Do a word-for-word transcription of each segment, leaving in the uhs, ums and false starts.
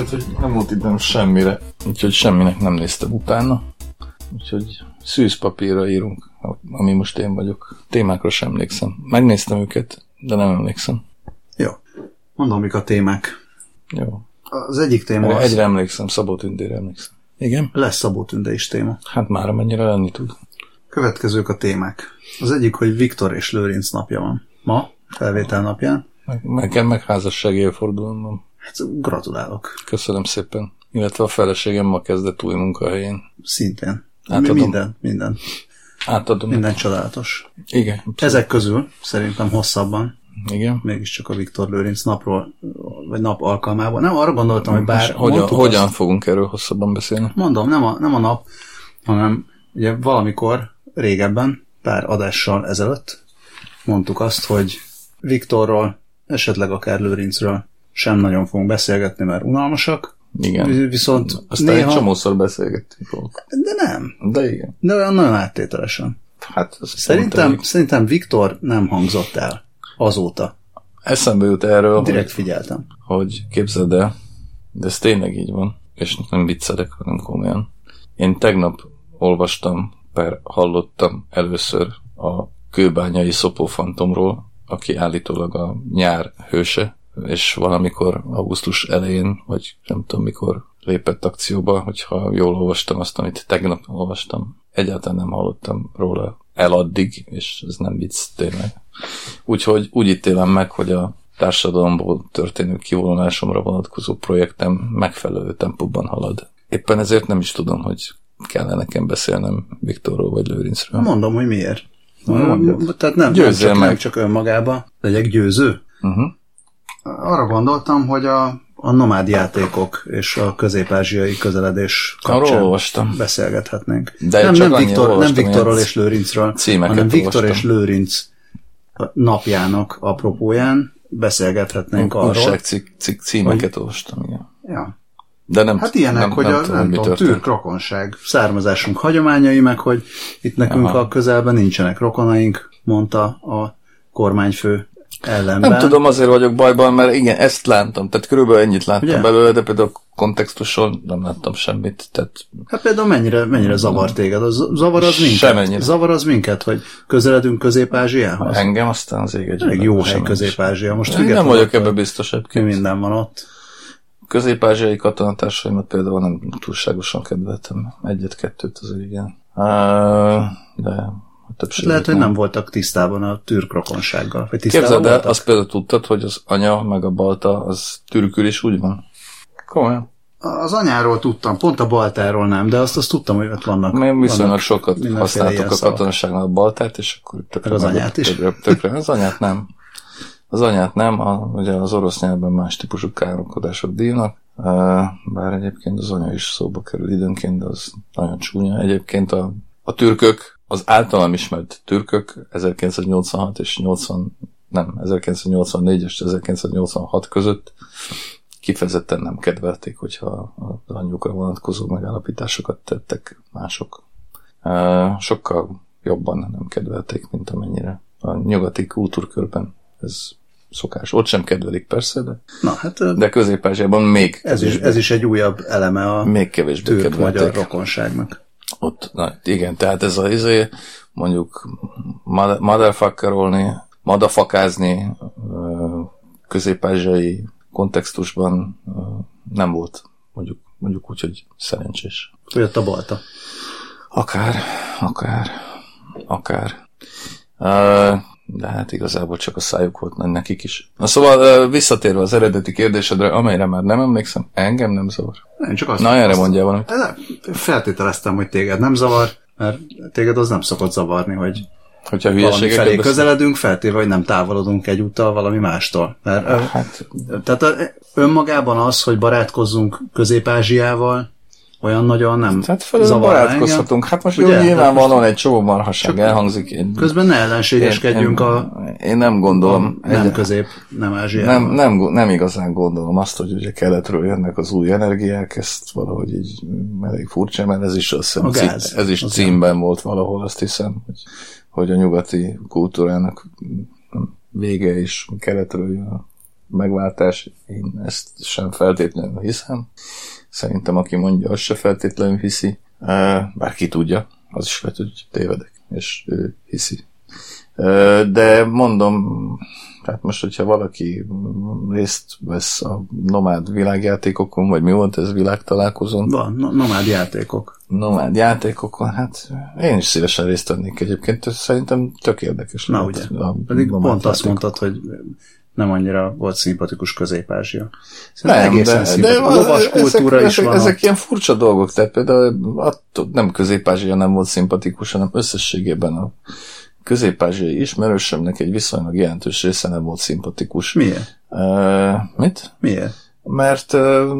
volt, hogy nem volt időm semmire, úgyhogy semminek nem néztem utána. Úgyhogy szűzpapírra írunk, ami most én vagyok. Témákra sem emlékszem. Megnéztem őket, de nem emlékszem. Jó. Mondom, mik a témák. Jó. Az egyik téma az... Egyre emlékszem, Szabó Tündére emlékszem. Igen? Lesz Szabó Tünde is téma. Hát már amennyire lenni tud. Következők a témák. Az egyik, hogy Viktor és Lőrinc napja van. Ma, felvétel napján. Meg, meg, meg házassági évfordulón van. Hát gratulálok. Köszönöm szépen. Illetve a feleségem ma kezdett új munkahelyén. Szintén. Átadom. Minden, minden. Átadom. Minden csodálatos. Igen. Abszolút. Ezek közül szerintem hosszabban. Igen. Mégiscsak a Viktor Lőrinc napról, vagy nap alkalmából. Nem, arra gondoltam, hogy bár... Hogyan, hogyan azt, fogunk erről hosszabban beszélni? Mondom, nem a, nem a nap, hanem ugye valamikor régebben, pár adással ezelőtt mondtuk azt, hogy Viktorról, esetleg akár Lőrincről sem nagyon fogunk beszélgetni, mert unalmasak. Igen. Viszont aztán néha... egy csomószor beszélgettünk róla. De nem. De igen. De olyan nagyon áttételesen. Hát, szerintem, szerintem Viktor nem hangzott el azóta. Eszembe jut erről, direkt hogy, figyeltem. Hogy képzeld el, de ez tényleg így van, és nem viccelek, hanem komolyan. Én tegnap olvastam, per hallottam először a kőbányai Szopófantomról, aki állítólag a nyár hőse, és valamikor augusztus elején, vagy nem tudom mikor lépett akcióba, hogyha jól olvastam azt, amit tegnap olvastam. Egyáltalán nem hallottam róla el addig, és ez nem vicc tényleg. Úgyhogy úgy ítélem meg, hogy a társadalomból történő kivonulásomra vonatkozó projektem megfelelő tempóban halad. Éppen ezért nem is tudom, hogy kellene nekem beszélnem Viktorról vagy Lőrincről. Mondom, hogy miért. Mondjad. Tehát nem, nem, csak, nem csak önmagába legyek győző. Uh-huh. Arra gondoltam, hogy a, a nomád játékok és a közép-ázsiai közeledés kapcsán beszélgethetnénk. De nem, nem, Viktor, nem Viktorról és Lőrincről, hanem Viktor olvastam. És Lőrinc napjának apropóján beszélgethetnénk arról. Újság cikk, cikk címeket hogy... olvastam, igen. Ja. De nem, hát ilyenek, nem, hogy nem a tudom, nem tudom, türk rokonság, származásunk hagyományai, meg hogy itt nekünk Aha. a közelben nincsenek rokonaink, mondta a kormányfő ellenben. Nem tudom, azért vagyok bajban, mert igen, ezt láttam, tehát körülbelül ennyit láttam Ugye? belőle, de például a kontextuson nem láttam semmit. Tehát... Hát például mennyire, mennyire zavar téged? Az, zavar az minket? Semennyire. Zavar az minket, hogy közeledünk Közép-Ázsiához? Engem aztán az ég egy Elég jó hely Közép-Ázsia. Most én nem vagyok ebben biztos egyébként. Minden van ott. Közép-ázsiai katonatársaimat például nem túlságosan kedveltem. Egyet-kettőt azért igen. De lehet, hogy nem. nem voltak tisztában a türk rokonsággal. Képzeld el, azt például tudtad, hogy az anya meg a balta az türkül is úgy van? Komolyan. Az anyáról tudtam, pont a baltáról nem, de azt, azt tudtam, hogy ott vannak. Mert viszonylag sokat használtuk a katonaságnál a baltát, és akkor tökre az anyát is? Tökre, tökre. Az anyát nem. Az anyát nem, a, ugye az orosz nyelvben más típusú káromkodások díjnak, bár egyébként az anya is szóba kerül időnként, de az nagyon csúnya. Egyébként a, a türkök, az általam ismert türkök ezerkilencszáznyolcvanhat és nyolcvan, nem, ezerkilencszáznyolcvannégy és ezerkilencszáznyolcvanhat között kifejezetten nem kedvelték, hogyha az anyjukra vonatkozó megállapításokat tettek mások. Sokkal jobban nem kedvelték, mint amennyire a nyugati kultúrkörben ez szokás. Ott sem kedvelik persze, de, Na, hát, de Közép-Ázsiában még ez is, ez is egy újabb eleme a még kevésbé türk-magyar rokonságnak. Ott, na, igen, tehát ez az izé, mondjuk motherfuckerolni, madafakázni közép-ázsiai kontextusban nem volt, mondjuk, mondjuk úgy, hogy szerencsés. Jött a balta. Akár, akár, akár. Uh, de hát igazából csak a szájuk volt nekik is. Na szóval visszatérve az eredeti kérdésedre, amelyre már nem emlékszem, engem nem zavar. Nem, csak azt, Na, erre azt, mondjál valamit. Feltételeztem, hogy téged nem zavar, mert téged az nem szokott zavarni, hogy hogyha valami felé közeledünk, feltéve, hogy nem távolodunk egyúttal valami mástól. Mert, hát, tehát önmagában az, hogy barátkozzunk Közép-Ázsiával, olyan nagyon nem hát zavar barátkozhatunk. Engem. Hát most ugye, jó, nyilvánvalóan egy csomó marhaság elhangzik. Én, közben ne ellenségeskedjünk én, a... Én nem gondolom. A nem egy, közép, nem Ázsiában. Nem, nem, nem igazán gondolom azt, hogy ugye keletről jönnek az új energiák, ezt valahogy így elég furcsa, mert ez is, azt hiszem, gáz, ez is címben nem. volt valahol, azt hiszem, hogy, hogy a nyugati kultúrának vége is keletről jön. megváltás, én ezt sem feltétlenül hiszem. Szerintem aki mondja, az se feltétlenül hiszi. Bár ki tudja, az is lehet, hogy tévedek, és ő hiszi. De mondom, tehát most, hogyha valaki részt vesz a nomád világjátékokon, vagy mi volt ez, világtalálkozón? Van, no- nomád játékok. Nomád játékokon, hát én is szívesen részt vennék egyébként, szerintem tök érdekes. Na ugye, pedig pont játékok. Azt mondtad, hogy nem annyira volt szimpatikus Közép-Ázsia. Nem, egészen de, de lovas kultúra ezek, is ezek, van. Ezek ilyen furcsa dolgok, tehát például attól nem Közép-Ázsia nem volt szimpatikus, hanem összességében a közép-ázsiai ismerősömnek egy viszonylag jelentős része nem volt szimpatikus. Miért? Uh, mit? Miért? Mert uh,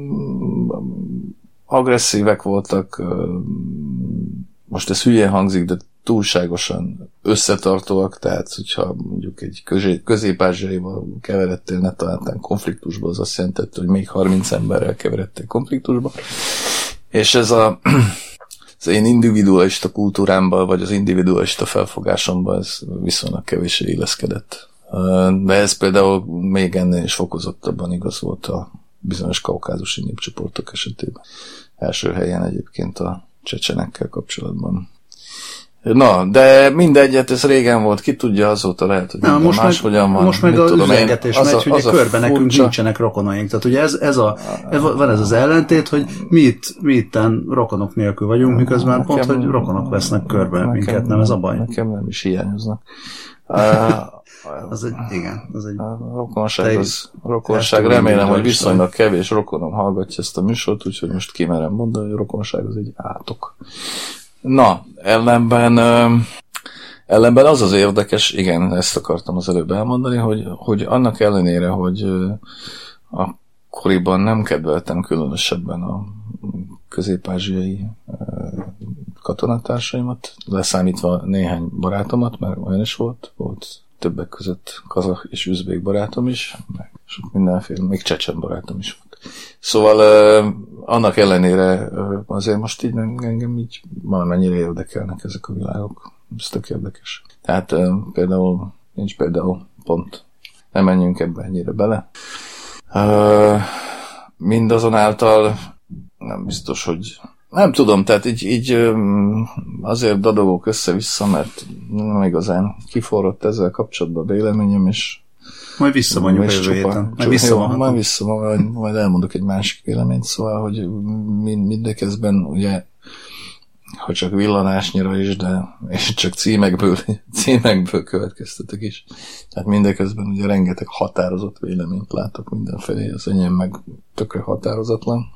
agresszívek voltak, uh, most ez hülye hangzik, de túlságosan összetartóak, tehát hogyha mondjuk egy közép-ázsiaival keveredtél, ne találtál konfliktusba, az azt jelentette, hogy még harminc emberrel keveredtél konfliktusba. És ez a az én individualista kultúrámban, vagy az individualista felfogásomban ez viszonylag kevéssé illeszkedett. De ez például még ennél is fokozottabban igaz volt a bizonyos kaukázusi népcsoportok esetében. Első helyen egyébként a csecsenekkel kapcsolatban. Na, de mindegyet, ez régen volt, ki tudja, azóta lehet, hogy Na, most máshogyan van. Most meg az üzengetés megy, hogy a körben nekünk furcsa... nincsenek rokonaink. Tehát ugye ez, ez a, ez, van ez az ellentét, hogy mi itt, mi itten rokonok nélkül vagyunk, miközben nekem, pont, hogy rokonok vesznek körbe nekem, minket, nem ez a baj. Nekem nem is hiányoznak. az egy, igen, az egy... A rokonság, az, a rokonság remélem, hogy viszonylag kevés rokonom hallgatja ezt a műsort, úgyhogy most kimerem mondani, hogy a rokonság az egy átok. Na, ellenben, ellenben az az érdekes, igen, ezt akartam az előbb elmondani, hogy, hogy annak ellenére, hogy akkoriban nem kedveltem különösebben a közép-ázsiai katonatársaimat, leszámítva néhány barátomat, mert olyan is volt, volt többek között kazah és üzbék barátom is, meg sok mindenféle, még csecsen barátom is volt. Szóval uh, annak ellenére uh, azért most így engem így valamennyire érdekelnek ezek a világok. Ez tök érdekes. Tehát uh, például, nincs például pont, nem menjünk ebbe ennyire bele. Uh, mindazonáltal nem biztos, hogy nem tudom, tehát így, így um, azért dadogok össze-vissza, mert nem igazán kiforrott ezzel kapcsolatban véleményem, és majd visszamondjuk a jövő héten. Majd visszamondjuk. Majd visszamondjuk, majd elmondok egy másik véleményt, szóval, hogy mind, mindeközben ugye, ha csak villanásnyira is, de és csak címekből, címekből következtetek is. Tehát mindeközben ugye rengeteg határozott véleményt látok mindenfelé, az enyém meg tökre határozatlan.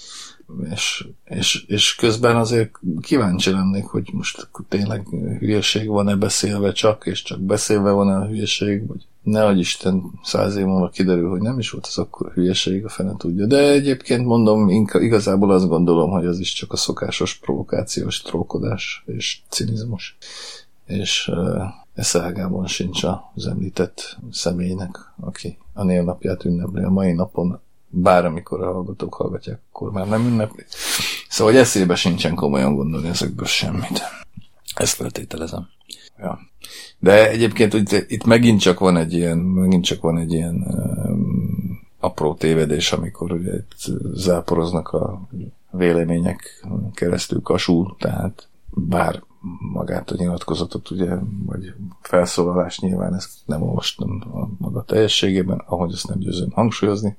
És, és, és közben azért kíváncsi lennék, hogy most tényleg hülyeség van-e beszélve csak, és csak beszélve van-e a hülyeség, vagy nehogy Isten száz év múlva kiderül, hogy nem is volt az akkor hülyeség, a fene tudja. De egyébként mondom, inkább, igazából azt gondolom, hogy az is csak a szokásos provokációs trókodás és cinizmus. És uh, eszágában sincs az említett személynek, aki a névnapját ünnepli a mai napon, bár amikor a hallgatók hallgatják, akkor már nem ünnepli. Szóval, hogy eszébe sincsen komolyan gondolni ezekből semmit. Ezt feltételezem. Ja. De egyébként úgy, itt megint csak van egy ilyen, megint csak van egy ilyen um, apró tévedés, amikor ugye itt záporoznak a vélemények keresztül kasul, tehát bár magát a nyilatkozatot, ugye, vagy felszólalást nyilván ezt nem olvastam a maga teljességében, ahogy ezt nem győzöm hangsúlyozni.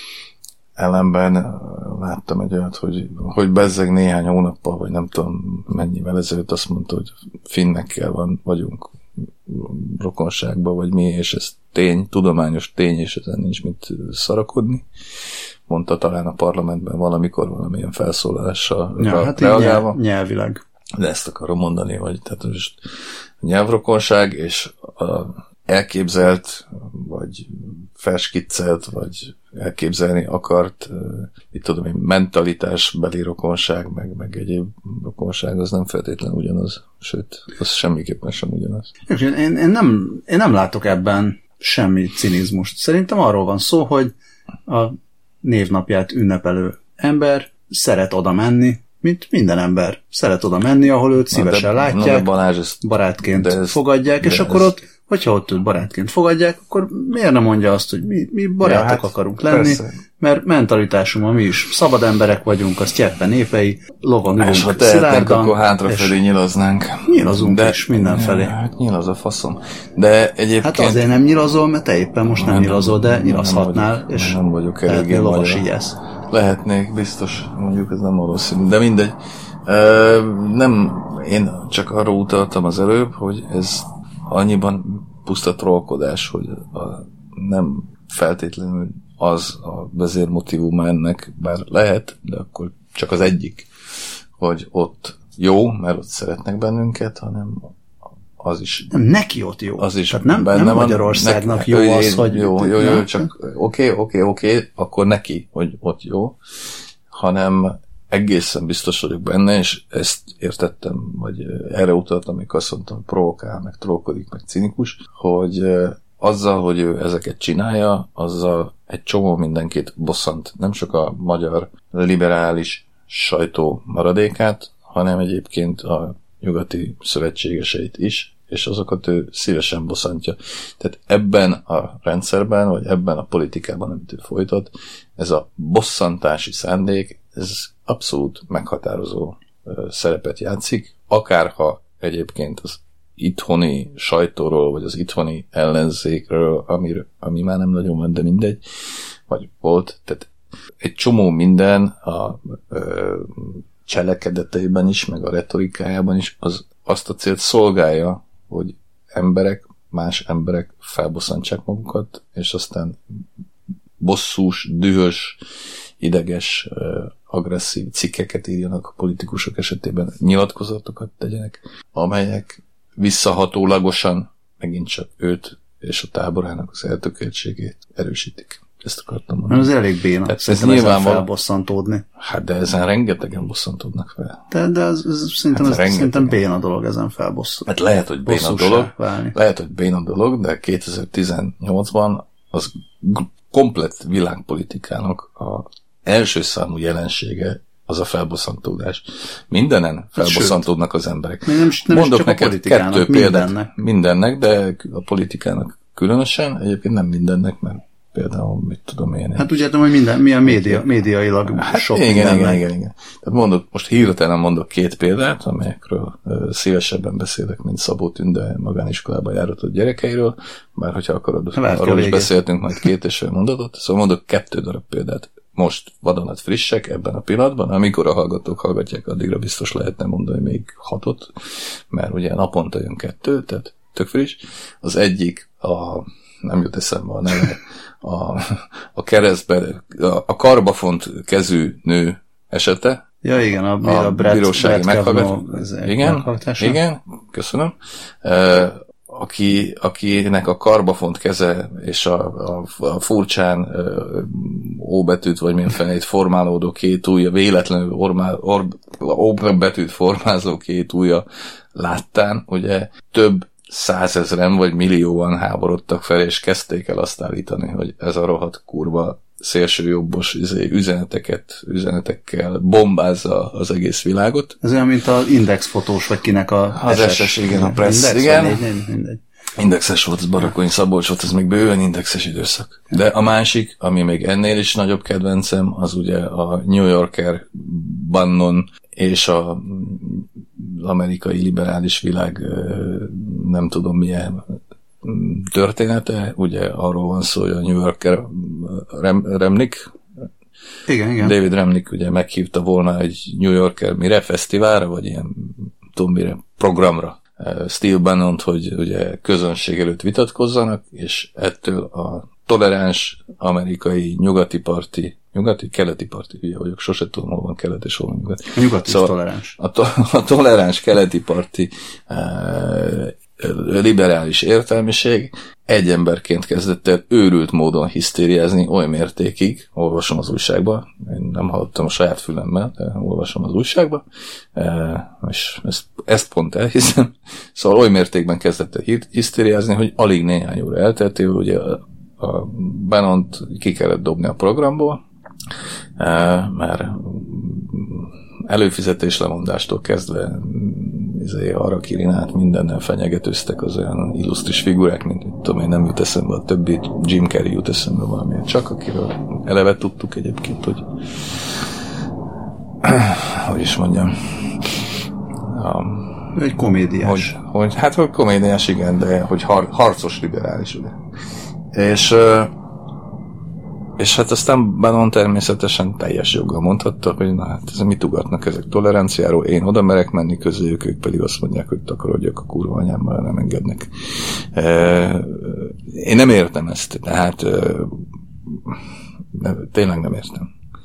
Ellenben láttam egy olyat, hogy, hogy bezzeg néhány hónappal, vagy nem tudom mennyivel ezelőtt azt mondta, hogy finnekkel van, vagyunk rokonságban, vagy mi, és ez tény, tudományos tény, és ezen nincs mit szarakodni. Mondta talán a parlamentben valamikor valamilyen felszólalással ja, hát reagálva. Nyelvileg. De ezt akarom mondani, hogy tehát most a nyelvrokonság és a elképzelt, vagy felskiccelt, vagy elképzelni akart, itt tudom én, mentalitásbeli rokonság, meg, meg egyéb rokonság, az nem feltétlenül ugyanaz, sőt, az semmiképpen sem ugyanaz. Én, én, nem, én nem látok ebben semmi cinizmust. Szerintem arról van szó, hogy a névnapját ünnepelő ember szeret oda menni, mint minden ember. Szeret oda menni, ahol őt szívesen de, látják, Balázs, ez, barátként ez, fogadják, és akkor ez, ott hogyha ott őt barátként fogadják, akkor miért nem mondja azt, hogy mi, mi barátok ja, hát akarunk lenni, persze. Mert mentalitásunkban mi is szabad emberek vagyunk, az cseppe népei, lovan ülünk és ha tehetnénk, akkor hátrafelé nyilaznánk. Nyilazunk de, is mindenfelé. Hát nyilaz a faszom. De egyébként... Hát azért nem nyilazol, mert te éppen most nem, nem nyilazol, de nyilazhatnál, nem vagyok, és nem vagyok eléggé lovasígyász. Lehetnék, biztos, mondjuk ez nem valószínű. De mindegy. Ö, nem, én csak arra utaltam az előbb, hogy ez annyiban puszta trollkodás, hogy a, nem feltétlenül az a vezérmotívuma ennek, bár lehet, de akkor csak az egyik, hogy ott jó, mert ott szeretnek bennünket, hanem az is... Nem, neki ott jó. Az is Tehát nem, nem van, Magyarországnak neki, jó ő, az, hogy... Jó, jó, jó, csak oké, oké, oké, akkor neki, hogy ott jó, hanem egészen biztos vagyok benne, és ezt értettem, vagy erre utaltam, amikor azt mondtam, provokál, meg trollkodik, meg cinikus, hogy azzal, hogy ő ezeket csinálja, azzal egy csomó mindenkit bosszant. Nem csak a magyar liberális sajtó maradékát, hanem egyébként a nyugati szövetségeseit is, és azokat ő szívesen bosszantja. Tehát ebben a rendszerben, vagy ebben a politikában, amit ő folytat, ez a bosszantási szándék, ez abszolút meghatározó szerepet játszik, akárha egyébként az itthoni sajtóról, vagy az itthoni ellenzékről, ami, ami már nem nagyon van, de mindegy, vagy volt. Tehát egy csomó minden a ö, cselekedeteiben is, meg a retorikájában is az, azt a célt szolgálja, hogy emberek, más emberek felbosszantsák magukat, és aztán bosszús, dühös, ideges, agresszív cikkeket írjanak a politikusok esetében, nyilatkozatokat tegyenek, amelyek visszahatólagosan megint csak őt és a táborának az eltökéltségét erősítik. Ezt akartam mondani. Ez elég béna. Tehát ez nyilván felbosszantódni. Hát de ezen rengetegen bosszantódnak fel. De, de ez, ez szerintem, hát ez, szerintem béna dolog ezen felbosszantódni. Hát lehet, hogy béna dolog, lehet, hogy béna dolog, de kétezer-tizennyolcban az komplett világpolitikának a első számú jelensége az a felbosszantódás. Mindenen felbosszantódnak az emberek. Nem, nem mondok neked kettő példát. Mindennek. mindennek, de a politikának különösen, egyébként nem mindennek, mert például, mit tudom én. Hát úgy értem, hogy minden, milyen média, médiailag hát sok igen, mindennek. igen, igen, igen. Tehát mondok, most hirtelen mondok két példát, amelyekről uh, szívesebben beszélek, mint Szabó Tünde magániskolába járatott gyerekeiről, bár hogyha akarod, Lehet arról is beszéltünk majd két és fél mondatot, szóval mondok kettő darab példát. Most vadonat frissek ebben a pillanatban, amikor a hallgatók hallgatják, addigra biztos lehetne mondani még hatot, mert ugye naponta jön kettő, tehát tök friss. Az egyik a, nem jut eszembe a neve, a, a keresztbe, a, a karbafont kezű nő esete. Ja, igen, a, a, a Brett, bírósági meghallgatás. Igen, igen, köszönöm. E, aki, akinek a karbafont keze és a, a, a furcsán ö, ó betűt, vagy milyen fenét formálódó két ujja, véletlenül ormál, or, ó betűt formázó két ujja láttán, ugye több százezren vagy millióan háborodtak fel, és kezdték el azt állítani, hogy ez a rohadt kurva szélsőjobbos üzeneteket, üzenetekkel bombázza az egész világot. Ez olyan, mint az indexfotós, vagy kinek a az es es, igen, a Press, igen. Mindegy, mindegy. Indexes volt, az Barakony Szabolcs volt, ez még bőven indexes időszak. De a másik, ami még ennél is nagyobb kedvencem, az ugye a New Yorker Bannon és a, az amerikai liberális világ nem tudom milyen története, ugye arról van szó, hogy a New Yorker Rem, Remnick, igen, igen. David Remnick ugye meghívta volna egy New Yorker mire, fesztiválra, vagy ilyen tudom mire, programra Steve Bannont, hogy ugye közönség előtt vitatkozzanak, és ettől a toleráns amerikai nyugati parti, nyugati, keleti parti, ugye vagyok, sose tudom, hol van kelet és hol van nyugat. A nyugati szóval toleráns. A, to, a toleráns keleti parti e, liberális értelmiség egy emberként kezdett el őrült módon hisztériázni oly mértékig, olvasom az újságba, én nem hallottam a saját fülemmel, de olvasom az újságba, és ezt, ezt pont elhiszem, szóval oly mértékben kezdett el hisztériázni, hogy alig néhány óra elteltével, ugye a, a Bannont ki kellett dobni a programból, mert előfizetés lemondástól kezdve izé, Arakirinát mindennel fenyegetőztek az olyan illusztris figurák, mint mit tudom én, nem jut eszembe a többi, Jim Carrey jut eszembe valamiért, csak akiről eleve tudtuk egyébként, hogy hogy is mondjam, a, egy komédiás. Hogy, hogy, hát, hogy komédiás, igen, de hogy har, harcos liberális, ugye. És, és hát aztán Bannon természetesen teljes joggal mondhatta, hogy na hát ez mit ugatnak ezek toleranciáról, én oda merek menni közéjük, ők pedig azt mondják, hogy takarodjak a kurva anyámmal, nem engednek. Én nem értem ezt, tehát tényleg nem értem.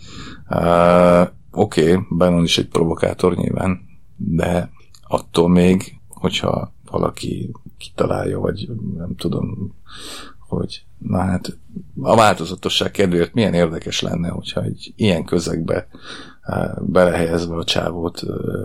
Oké, okay, Bannon is egy provokátor nyilván, de attól még, hogyha valaki kitalálja, vagy nem tudom, hogy na hát a változatosság kedvéért milyen érdekes lenne, hogyha egy ilyen közegbe belehelyezve a csávót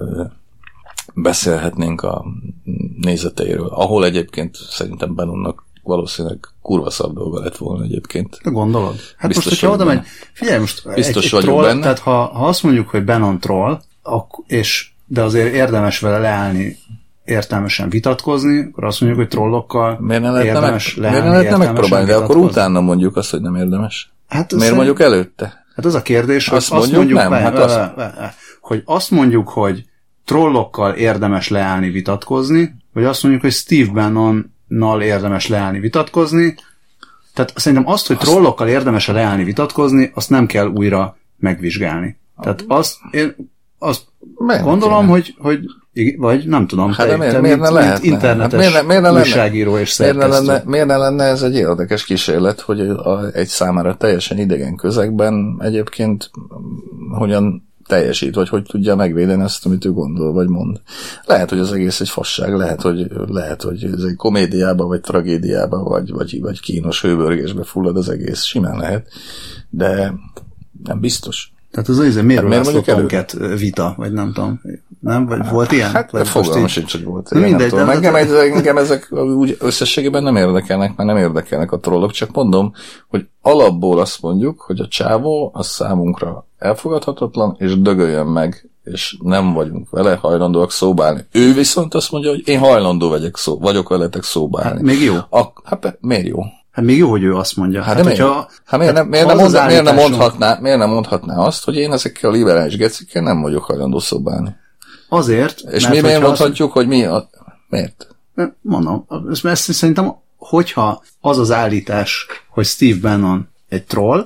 beszélhetnénk a nézeteiről, ahol egyébként szerintem Bannonnak valószínűleg kurva szar dolga lett volna egyébként. Gondolod? Hát biztos most, hogyha oda megy, figyelj most, biztos egy, egy vagyok troll, benne. Tehát ha, ha azt mondjuk, hogy Bannon troll, ak- és, de azért érdemes vele leállni, értelmesen vitatkozni, akkor azt mondjuk, hogy trollokkal miért ne lehetne, érdemes meg, leállni, miért ne lehetne megpróbálni, de akkor vitatkozni? utána mondjuk azt, hogy nem érdemes. Hát miért szerint... mondjuk előtte? Hát az a kérdés, hogy azt, azt mondjuk, mondjuk, nem, be, hát be, azt... be, be, hogy azt mondjuk, hogy trollokkal érdemes leállni, vitatkozni, vagy azt mondjuk, hogy Steve Bannonnal érdemes leállni, vitatkozni. Tehát szerintem azt, hogy azt... trollokkal érdemes leállni, vitatkozni, azt nem kell újra megvizsgálni. Tehát azt, én azt miért gondolom, hogy, hogy vagy nem tudom, hát te, miért, te miért mint, ne lehetne? mint internetes hát miért, miért ne újságíró és miért ne, szerkesztő. lenne, miért ne lenne ez egy érdekes kísérlet, hogy a, egy számára teljesen idegen közegben egyébként hogyan teljesít, vagy hogy tudja megvédeni azt, amit ő gondol, vagy mond. Lehet, hogy az egész egy fasság, lehet, hogy, lehet, hogy ez egy komédiába, vagy tragédiába, vagy, vagy, vagy kínos hőbörgésbe fullad az egész. Simán lehet, de nem biztos. Tehát az az, miért hát László Tomcat vita, vagy nem tudom. Nem? Vagy volt ilyen? Hát vagy fogalmam sincs, hogy volt ilyen. Mindegy, de engem, ezek, engem ezek úgy összességében nem érdekelnek, mert nem érdekelnek a trollok, csak mondom, hogy alapból azt mondjuk, hogy a csávó az számunkra elfogadhatatlan, és dögöljön meg, és nem vagyunk vele hajlandóak szóba állni. Ő viszont azt mondja, hogy én hajlandó vagyok, szó, vagyok veletek szóba állni. Hát még jó. A, hát miért jó? Hát még jó, hogy ő azt mondja. Hát, hát, miért, hogyha, hát miért, hát, nem, miért, nem mond, mond, miért, nem mondhatná, miért nem mondhatná azt, hogy én ezekkel a liberális gecikkel nem vagyok hajlandó szóba állni? Azért. És mi miért mondhatjuk, azt... hogy mi a... Miért? Mondom, ezt szerintem, hogyha az az állítás, hogy Steve Bannon egy troll,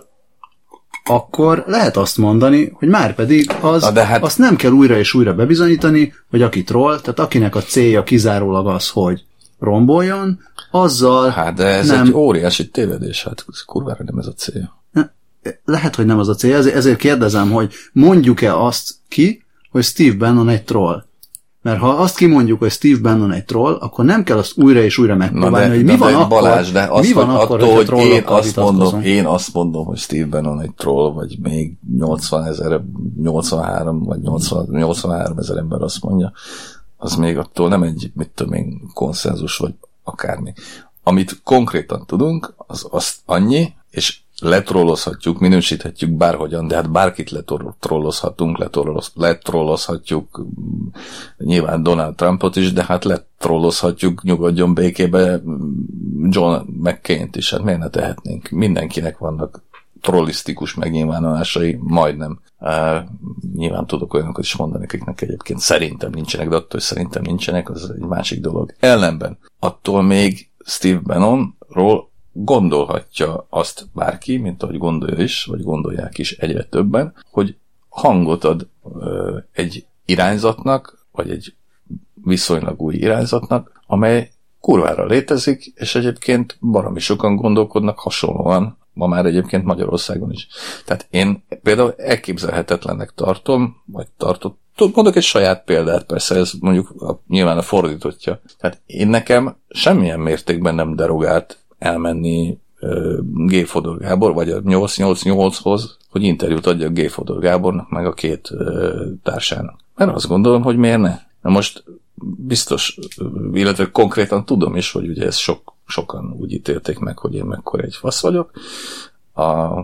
akkor lehet azt mondani, hogy már pedig az, hát... azt nem kell újra és újra bebizonyítani, hogy aki troll, tehát akinek a célja kizárólag az, hogy romboljon, azzal hát de ez nem... egy óriási tévedés, hát kurvára nem ez a célja. Lehet, hogy nem az a célja, ezért kérdezem, hogy mondjuk-e azt ki, hogy Steve Bannon egy troll? Mert ha azt kimondjuk, hogy Steve Bannon egy troll, akkor nem kell azt újra és újra megpróbálni, de, hogy mi van de, akkor, Balázs, de azt, mi van hogy akkor, attól, hogy én azt, mondom, én azt mondom, hogy Steve Bannon egy troll, vagy még nyolcvanezer, nyolcvanhárom, vagy nyolcvan, nyolcvanhárom ezer ember azt mondja, az még attól nem egy, mit tudom én, konszenzus, vagy akármi. Amit konkrétan tudunk, az azt annyi, és letrollozhatjuk, minősíthetjük bárhogyan, de hát bárkit letrollozhatunk, letrolloz, letrollozhatjuk nyilván Donald Trumpot is, de hát letrollozhatjuk nyugodjon békébe John McCain-t is, hát miért ne tehetnénk? Mindenkinek vannak trollisztikus megnyilvánulásai, majdnem. Uh, nyilván tudok olyanokat is mondani, akiknek egyébként szerintem nincsenek, de attól, hogy szerintem nincsenek, az egy másik dolog. Ellenben attól még Steve Bannonról gondolhatja azt bárki, mint ahogy gondolja is, vagy gondolják is egyre többen, hogy hangot ad ö, egy irányzatnak, vagy egy viszonylag új irányzatnak, amely kurvára létezik, és egyébként baromi sokan gondolkodnak hasonlóan, ma már egyébként Magyarországon is. Tehát én például elképzelhetetlennek tartom, vagy tartott, mondok egy saját példát, persze ez mondjuk a, nyilván a fordítottja. Tehát én nekem semmilyen mértékben nem derogált elmenni uh, G. Fodor Gábor, vagy a nyolc nyolc nyolchoz, hogy interjút adjak G. Fodor Gábornak, meg a két uh, társának. Mert azt gondolom, hogy miért ne? Na most biztos, illetve konkrétan tudom is, hogy ugye ezt sok, sokan úgy ítélték meg, hogy én mekkora egy fasz vagyok. a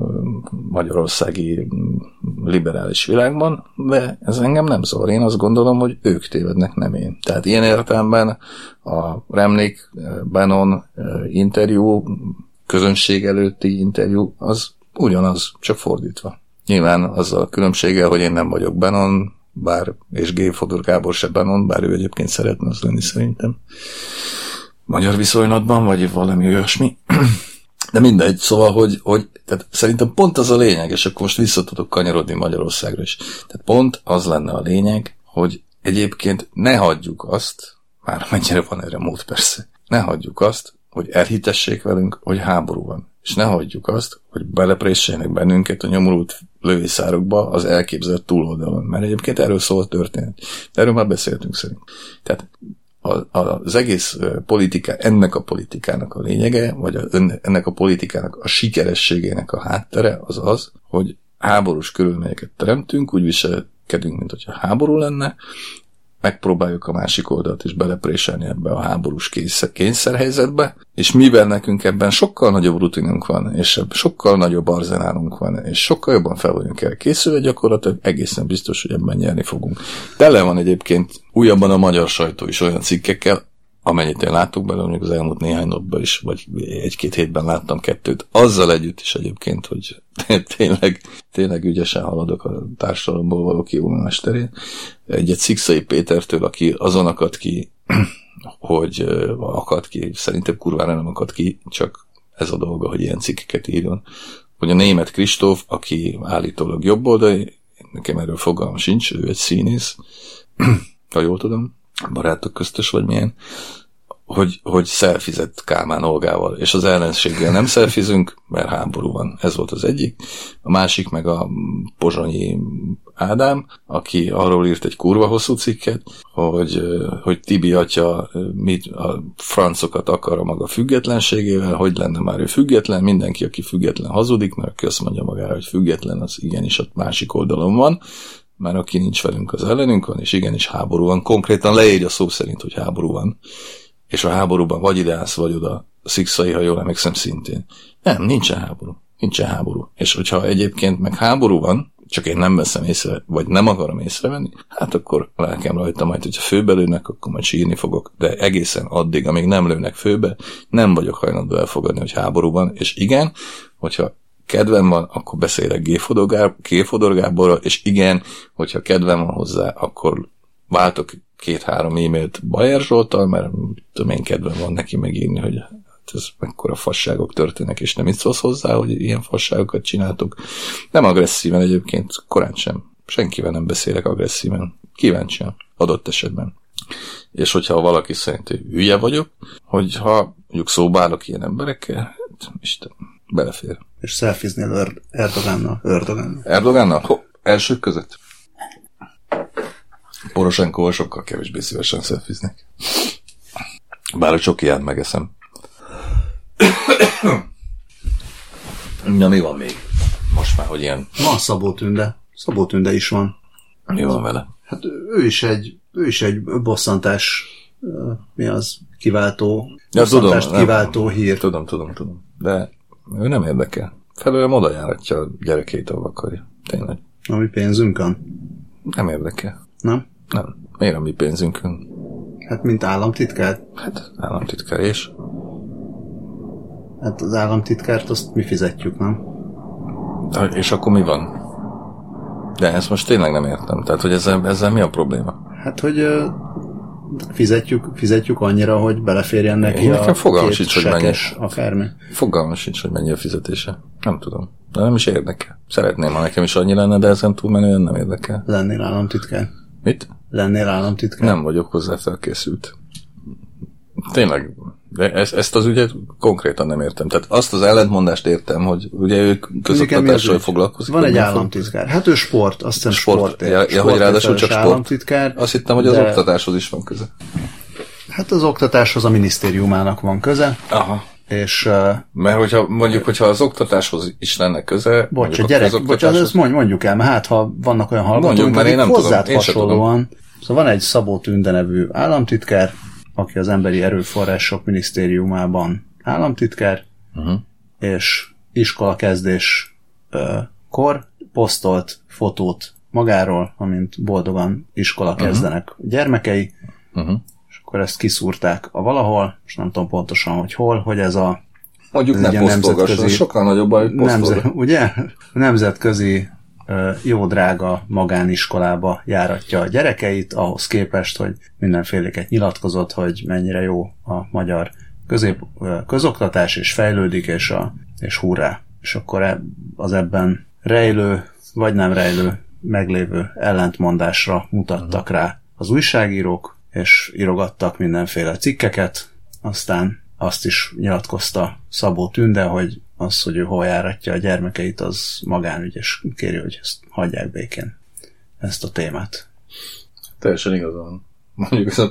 magyarországi liberális világban, de ez engem nem zavar. Én azt gondolom, hogy ők tévednek, nem én. Tehát ilyen értelemben a Remnick, Bannon interjú, közönség előtti interjú, az ugyanaz, csak fordítva. Nyilván azzal a különbséggel, hogy én nem vagyok Bannon, bár, és G. Fodor Gábor se Bannon, bár ő egyébként szeretne az lenni szerintem. Magyar viszonylatban, vagy valami olyasmi. De mindegy, szóval, hogy, hogy tehát szerintem pont az a lényeg, és akkor most vissza tudok kanyarodni Magyarországra is. Tehát pont az lenne a lényeg, hogy egyébként ne hagyjuk azt, már mennyire van erre mód persze, ne hagyjuk azt, hogy elhitessék velünk, hogy háború van. És ne hagyjuk azt, hogy beleprésseljenek bennünket a nyomorult lövészárokba az elképzelt túloldalon. Mert egyébként erről szól a történet. De erről már beszéltünk szerint. Tehát az egész politika, ennek a politikának a lényege, vagy ennek a politikának a sikerességének a háttere az az, hogy háborús körülményeket teremtünk, úgy viselkedünk, mint hogyha háború lenne, megpróbáljuk a másik oldalt is belepréselni ebbe a háborús kényszerhelyzetbe, és mivel nekünk ebben sokkal nagyobb rutinunk van, és sokkal nagyobb arzenálunk van, és sokkal jobban fel vagyunk el készülve, gyakorlatilag egészen biztos, hogy ebben nyerni fogunk. Tele van egyébként újabban a magyar sajtó is olyan cikkekkel, amennyit én látok belőle, mondjuk az elmúlt néhány napban is, vagy egy-két hétben láttam kettőt, azzal együtt is egyébként, hogy tényleg, tényleg ügyesen haladok a társadalomból való kivonulás terén. Egy Szikszai Pétertől, aki azon akad ki, hogy akad ki, szerintem kurvára nem akad ki, csak ez a dolga, hogy ilyen cikkeket írjon, hogy a Németh Kristóf, aki állítólag jobboldali, nekem erről fogalmam sincs, ő egy színész, ha jól tudom, barátok köztös vagy milyen, hogy, hogy szelfizett Kálmán Olgával, és az ellenséggel nem szelfizünk, mert háború van. Ez volt az egyik. A másik meg a Pozsonyi Ádám, aki arról írt egy kurva hosszú cikket, hogy, hogy Tibi atya mit, a francokat akar a maga függetlenségével, hogy lenne már ő független, mindenki, aki független hazudik, mert aki azt mondja magára, hogy független, az igenis a másik oldalon van, mert aki nincs velünk, az ellenünk van, és igenis háború van. Konkrétan leírja szó szerint, hogy háború van. És a háborúban vagy ide állsz, vagy oda. Szikszai, ha jól emlékszem, szintén. Nem, nincsen háború. Nincsen háború. És hogyha egyébként meg háború van, csak én nem veszem észre, vagy nem akarom észrevenni, hát akkor lelkem rajta majd, hogyha főbe lőnek, akkor majd sírni fogok. De egészen addig, amíg nem lőnek főbe, nem vagyok hajlandó elfogadni, hogy háború van. És igen, hogyha kedvem van, akkor beszélek G. Fodor Gáborral, és igen, hogyha kedvem van hozzá, akkor váltok két-három e-mailt Bajer Zsolttal, mert tudom én kedvem van neki megírni, hogy hát ez mekkora fasságok történnek, és nem itt szólsz hozzá, hogy ilyen fasságokat csináltok. Nem agresszíven egyébként, korán sem. Senkivel nem beszélek agresszíven. Kíváncsian, adott esetben. És hogyha valaki szerint, hogy hülye vagyok, hogyha mondjuk szóba állok ilyen emberekkel, hát Isten, belefér. És szelfiznél Erdogánnal? Erdogánnal? Erdogánnal? Ho, elsők között? Poroshenkóval sokkal kevésbé szívesen szelfiznek. Bár a csokiját megeszem. Na, mi van még? Most már, hogy ilyen... Van Szabó Tünde. Szabó Tünde is van. Mi van vele? Hát ő is egy, ő is egy bosszantás, mi az, kiváltó, ja, bosszantást tudom, kiváltó nem, hír. Tudom, tudom, tudom. De ő nem érdekel. Felőlem oda járatja a gyerekét, ahol akarja. Tényleg. A mi pénzünkön? Nem érdekel. Nem? Nem. Miért a mi pénzünkön? Hát, mint államtitkár? Hát, államtitkár és? Hát az államtitkárt azt mi fizetjük, nem? És akkor mi van? De ezt most tényleg nem értem. Tehát, hogy ezzel, ezzel mi a probléma? Hát, hogy uh, fizetjük, fizetjük annyira, hogy beleférjen neki Én a fogalmam két sincs, hogy sekes mennyi. akármi. Fogalmam sincs, hogy mennyi a fizetése. Nem tudom. De nem is érdekel. Szeretném, ha nekem is annyi lenne, de ezen túlmenően nem érdekel. Lennél államtitkár? Mit? Lennél államtitkár? Nem vagyok hozzá felkészült. Tényleg, de ezt, ezt az ügyet konkrétan nem értem. Tehát azt az ellentmondást értem, hogy ugye ők közoktatással foglalkozik. Van egy államtitkár. Hát ő sport, azt hiszem sport. sport ja, ja, hogy ráadásul csak sport. Államtitkár. Azt hittem, hogy az de... oktatáshoz is van köze. Hát az oktatáshoz a minisztériumának van köze. Aha. És, uh, mert hogyha mondjuk, hogyha az oktatáshoz is lenne köze... Bocs, a gyerek, bocs, ezt mondjuk el, mert hát ha vannak olyan hallgatóink, akik hozzád hasonlóan. Szóval van egy Szabó Tünde nevű államtitkár, aki az Emberi Erőforrások Minisztériumában államtitkár, uh-huh. és iskola kezdéskor posztolt fotót magáról, amint boldogan iskola kezdenek uh-huh. gyermekei, uh-huh. és akkor ezt kiszúrták a valahol, és nem tudom pontosan, hogy hol, hogy ez a mondjuk nem posztolgasson, sokkal nagyobb baj, hogy nemzet, ugye? Nemzetközi jó drága magániskolába járatja a gyerekeit, ahhoz képest, hogy mindenféléket nyilatkozott, hogy mennyire jó a magyar közép, közoktatás, és fejlődik, és, a, és hurrá. És akkor az ebben rejlő, vagy nem rejlő, meglévő ellentmondásra mutattak rá az újságírók, és írogattak mindenféle cikkeket, aztán azt is nyilatkozta Szabó Tünde, hogy az, hogy ő hol járatja a gyermekeit, az magánügy, és kéri, hogy ezt hagyják békén, ezt a témát. Teljesen igazán. Mondjuk ez a,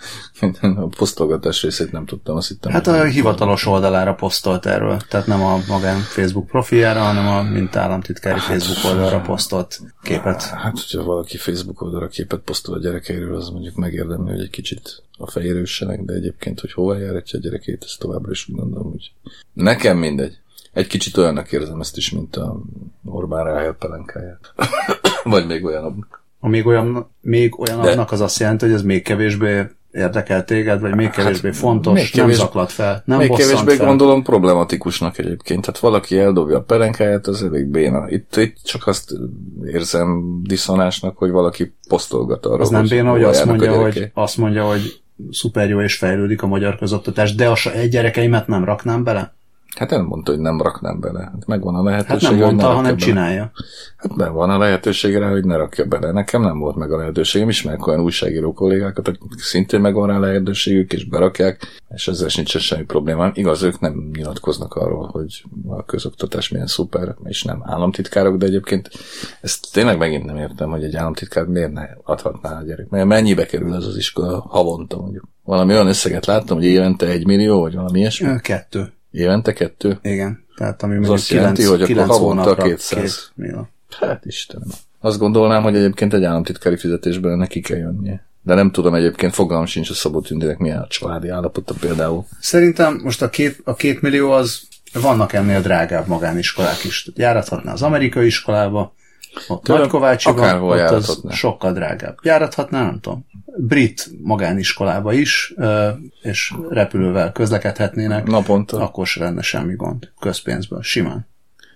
a posztolgatás részét nem tudtam, azt hittem. Hát a hivatalos oldalára posztolt erről, tehát nem a magán Facebook profiljára, hanem a mint államtitkári hát, Facebook oldalra posztolt képet. Hát, hogyha valaki Facebook oldalra képet posztol a gyerekeiről, az mondjuk megérdemli, hogy egy kicsit a fejére üssenek, de egyébként, hogy hova járatja a gyerekét, ezt továbbra is úgy gondolom, hogy nekem mindegy. Egy kicsit olyannak érzem ezt is, mint a Orbán Ráhel pelenkáját. Vagy még olyanabbnak. A még olyan, még olyanabbnak az azt jelenti, hogy ez még kevésbé érdekel téged, vagy még kevésbé hát, fontos, még kevés, nem zaklat fel, nem még kevésbé fel. Gondolom problematikusnak egyébként. Hát valaki eldobja a pelenkáját, az elég béna. Itt, itt csak azt érzem diszonásnak, hogy valaki posztolgat arra. Az nem béna, hogy azt mondja, hogy azt mondja, hogy szuper jó és fejlődik a magyar közoktatás, de a egy gyerekeimet nem raknám bele? Hát nem mondta, hogy nem raknám bele. Hát megvan a lehetőség, hát nem mondta, hogy ne hanem bele. Csinálja. Hát megvan a lehetőség rá, hogy ne rakja bele. Nekem nem volt meg a lehetőségem. Ismerek olyan újságíró kollégákat, akik szintén megvan rá lehetőségük, és berakják, és ezzel sincs semmi problémám. Igaz, ők nem nyilatkoznak arról, hogy a közoktatás milyen szuper, és nem államtitkárok, de egyébként ezt tényleg megint nem értem, hogy egy államtitkár miért ne adhatná a gyerek. Mert mennyibe kerül ez az iskola havonta, mondjuk. Valami olyan összeget láttam, hogy évente egy millió, vagy valami ilyesmi? Kettő. Évente kettő? Igen. Tehát ami az azt jelenti, hogy akkor havonta kétszáz. Két hát Istenem. Azt gondolnám, hogy egyébként egy államtitkári fizetésben neki kell jönnie. De nem tudom, egyébként fogalmam sincs a Szabó Tündének milyen a családi állapota például. Szerintem most a két, a két millió az, vannak ennél drágább magániskolák is. Járathatná az amerikai iskolába, ott Nagykovácsiban, ott az sokkal drágább. Járathatná, nem tudom, brit magániskolába is, és repülővel közlekedhetnének, naponta. Akkor se lenne semmi gond, közpénzből, simán.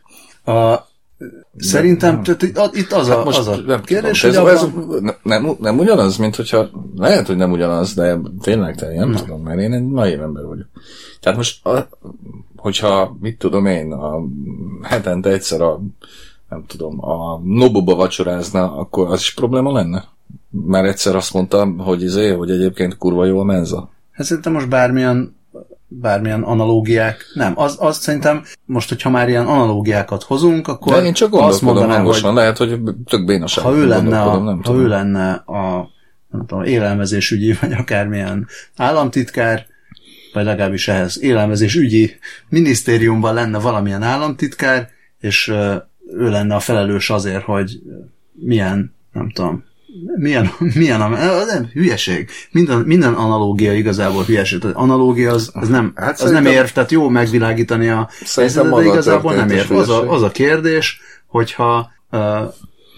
A, szerintem de, tehát, itt az a, az a kérdés, hogy ez, ez nem, nem ugyanaz, mint hogyha, lehet, hogy nem ugyanaz, de tényleg te, nem na. tudom, mert én egy naiv ember vagyok. Tehát most, a, hogyha, mit tudom én, a hetente egyszer a nem tudom, a Nobuba vacsorázna, akkor az is probléma lenne? Már egyszer azt mondtam, hogy izé, hogy egyébként kurva jó a menza. Hát szerintem most bármilyen, bármilyen analógiák, nem, az, az szerintem most, hogyha már ilyen analógiákat hozunk, akkor de én csak azt mondanám, hangosan, hogy lehet, hogy tök bénaság. Ha ő lenne, a, nem ha ő lenne a nem tudom, élelmezésügyi, vagy akármilyen államtitkár, vagy legalábbis ehhez élelmezésügyi minisztériumban lenne valamilyen államtitkár, és ő lenne a felelős azért, hogy milyen, nem tudom, milyen, milyen nem, hülyeség. Minden, minden analógia igazából hülyeség. Az analógia az, az, nem, hát az nem érv, tehát jó megvilágítani a helyzetet, de igazából nem érv. Az a, az a kérdés, hogyha uh,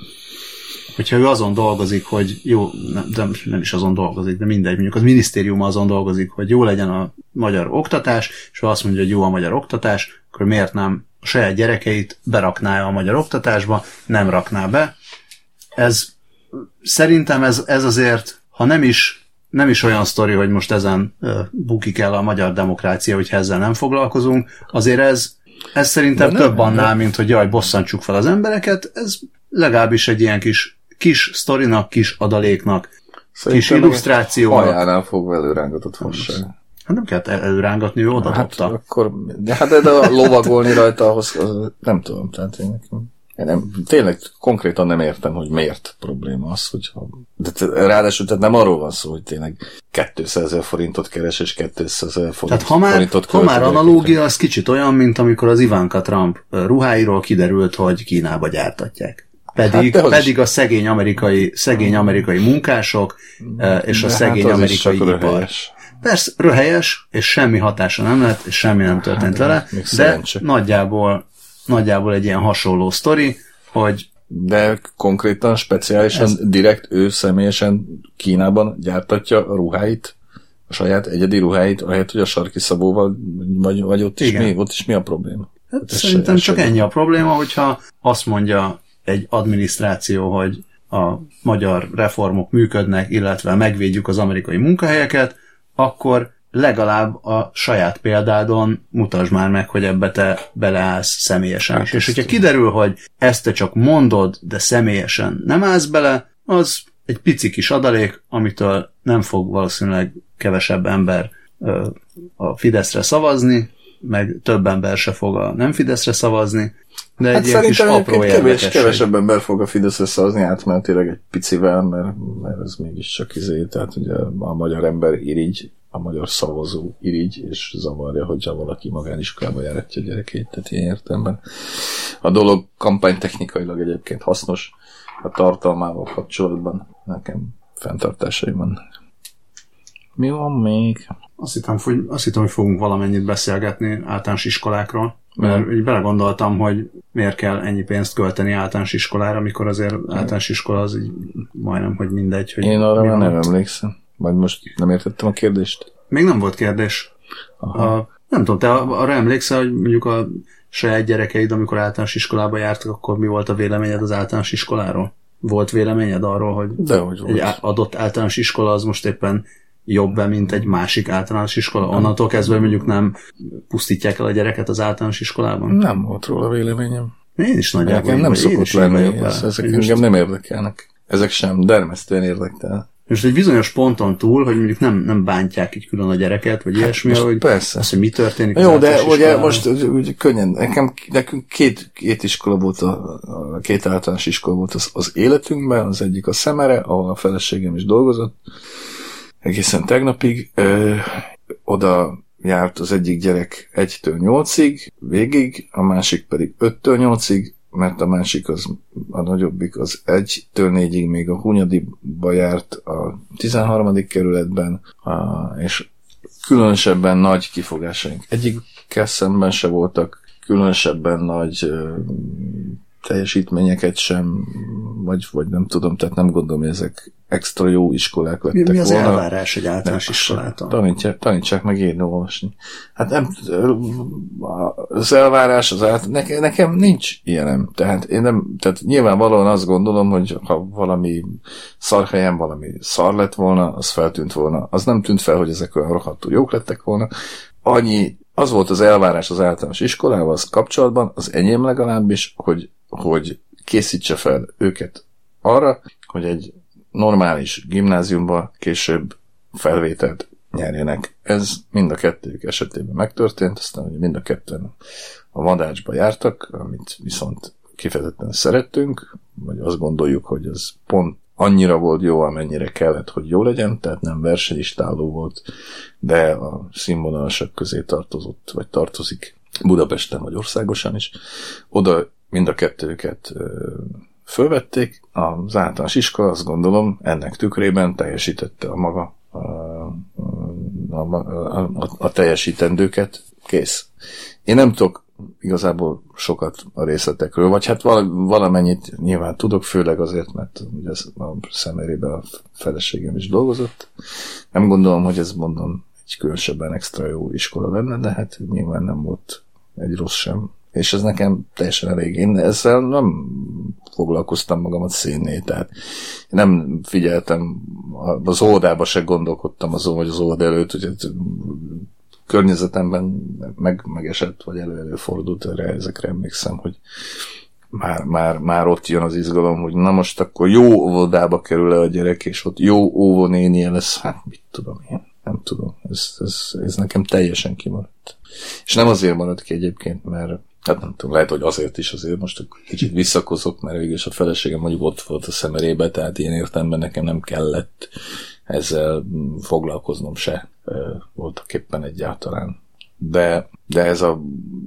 hogyha ő azon dolgozik, hogy jó, nem, nem is azon dolgozik, de mindegy, mondjuk az minisztérium azon dolgozik, hogy jó legyen a magyar oktatás, és ha azt mondja, hogy jó a magyar oktatás, akkor miért nem a saját gyerekeit berakná a magyar oktatásba, nem rakná be. Ez szerintem ez, ez azért, ha nem is, nem is olyan sztori, hogy most ezen uh, bukik el a magyar demokrácia, hogyha ezzel nem foglalkozunk, azért ez, ez szerintem több annál, mint hogy jaj, bosszantsuk fel az embereket, ez legalábbis egy ilyen kis, kis sztorinak, kis adaléknak, szerintem kis illusztrációnak. Hajánál fogva előrángatott fasság. Hát nem kellett előrángatni, ő oda hát, dobta. Akkor, de hát de a lovagolni rajta ahhoz, az, nem tudom, tehát én nekem, én nem, tényleg konkrétan nem értem, hogy miért probléma az, hogyha, de te, ráadásul tehát nem arról van szó, hogy tényleg kétszázezer forintot keres, és kétszázezer forint, tehát ha már, forintot ha már analógia, az kicsit olyan, mint amikor az Ivanka Trump ruháiról kiderült, hogy Kínába gyártatják. Pedig, hát pedig a szegény amerikai, szegény amerikai munkások és a de szegény hát amerikai ipar. Persze, röhelyes, és semmi hatása nem lett, és semmi nem történt vele, de nagyjából nagyjából egy ilyen hasonló sztori, hogy de konkrétan, speciálisan, ez... direkt ő személyesen Kínában gyártatja a ruháit, a saját egyedi ruháit, ahelyett, hogy a Sarki Szabóval, vagy, vagy ott, is mi, ott is mi a probléma? Hát hát szerintem csak ennyi a probléma, hogyha azt mondja egy adminisztráció, hogy a magyar reformok működnek, illetve megvédjük az amerikai munkahelyeket, akkor legalább a saját példádon mutasd már meg, hogy ebbe te beleállsz személyesen hát is. És hogyha kiderül, hogy ezt te csak mondod, de személyesen nem állsz bele, az egy pici kis adalék, amitől nem fog valószínűleg kevesebb ember ö, a Fideszre szavazni, meg több ember se fog a nem Fideszre szavazni, de egy hát ilyen kis apró kevés, kevesebb ember fog a Fideszre szavazni átmenetileg egy picivel, mert, mert ez mégiscsak izé, tehát ugye a magyar ember irigy, a magyar szavazó irigy, és zavarja, hogyha valaki magániskolába járatja a gyerekét, tehát ilyen értelemben. A dolog kampánytechnikailag egyébként hasznos, a tartalmával kapcsolatban nekem fenntartásaim vannak. Mi van még? Azt hittem, hogy, azt hittem, hogy fogunk valamennyit beszélgetni általános iskolákról, mert mm. így belegondoltam, hogy miért kell ennyi pénzt költeni általános iskolára, amikor azért általános iskola az így majdnem, hogy mindegy. Hogy én arra már nem emlékszem. Vagy most nem értettem a kérdést? Még nem volt kérdés. A, nem tudom, te arra emlékszel, hogy mondjuk a saját gyerekeid, amikor általános iskolába jártak, akkor mi volt a véleményed az általános iskoláról? Volt véleményed arról, hogy Dehogy egy volt. Adott általános iskola az most éppen jobb-e, mint egy másik általános iskola? Onnantól kezdve mondjuk nem pusztítják el a gyereket az általános iskolában? Nem volt róla véleményem. Én is nagyjából. Nekem nem szokott lenni. Ez, ezek engem most... nem érdekelnek. Ezek sem dermesztően érdekel. És egy bizonyos ponton túl, hogy mondjuk nem, nem bántják így külön a gyereket, vagy hát ilyesmi, hogy persze. Az, hogy mi történik. Jó, de ugye most ugye, könnyen, nekem, nekünk két, két iskola volt, a, a két általános iskola volt az, az életünkben, az egyik a Szemere, ahol a feleségem is dolgozott, egészen tegnapig. Ö, oda járt az egyik gyerek egytől nyolcig végig, a másik pedig öttől nyolcig, mert a másik, az, a nagyobbik az egytől négyig még a Hunyadiba járt a tizenharmadik kerületben, a, és különösebben nagy kifogásaink egyikkel szemben se voltak, különösebben nagy ö, teljesítményeket sem, vagy, vagy nem tudom, tehát nem gondolom, hogy ezek extra jó iskolák lettek volna. Mi az volna. Elvárás egy általános iskolától? Tanítsák, tanítsák meg írni, olvasni. Hát nem, az elvárás, az át, nekem, nekem nincs ilyenem. Tehát én nem, tehát nyilvánvalóan azt gondolom, hogy ha valami szarhelyen valami szar lett volna, az feltűnt volna. Az nem tűnt fel, hogy ezek olyan rohadtul jók lettek volna. Annyi, az volt az elvárás az általános iskolával az kapcsolatban, az enyém legalábbis, hogy, hogy készítse fel őket arra, hogy egy normális gimnáziumba később felvételt nyerjenek. Ez mind a kettőjük esetében megtörtént, aztán hogy mind a ketten a Madácsba jártak, amit viszont kifejezetten szerettünk, vagy azt gondoljuk, hogy ez pont annyira volt jó, amennyire kellett, hogy jó legyen, tehát nem versenyistáló volt, de a színvonalasak közé tartozott, vagy tartozik Budapesten, vagy országosan is. Oda mind a kettőket fölvették, az általános iskola, azt gondolom, ennek tükrében teljesítette a maga a, a, a, a, a teljesítendőket, kész. Én nem tudok igazából sokat a részletekről, vagy hát valamennyit nyilván tudok, főleg azért, mert ugye a Szemerében a feleségem is dolgozott. Nem gondolom, hogy ez mondom egy különösebben extra jó iskola lenne, de hát nyilván nem volt egy rossz sem. És ez nekem teljesen elég. Én ezzel nem foglalkoztam magamat színné, tehát nem figyeltem, az óvodába se gondolkodtam azon, hogy az óvoda előtt, hogy környezetemben meg, megesett, vagy elő-előfordult, erre, ezekre emlékszem, hogy már, már, már ott jön az izgalom, hogy na most akkor jó óvodába kerül el a gyerek, és ott jó óvonénie lesz, hát mit tudom én, nem tudom, ez, ez, ez nekem teljesen kimaradt. És nem azért maradt ki egyébként, mert hát nem tudom, lehet, hogy azért is, azért most kicsit visszakozok, mert végülis a feleségem mondjuk ott volt a Szemerébe, tehát ilyen értelemben nekem nem kellett ezzel foglalkoznom se voltak éppen egyáltalán. De, de ez a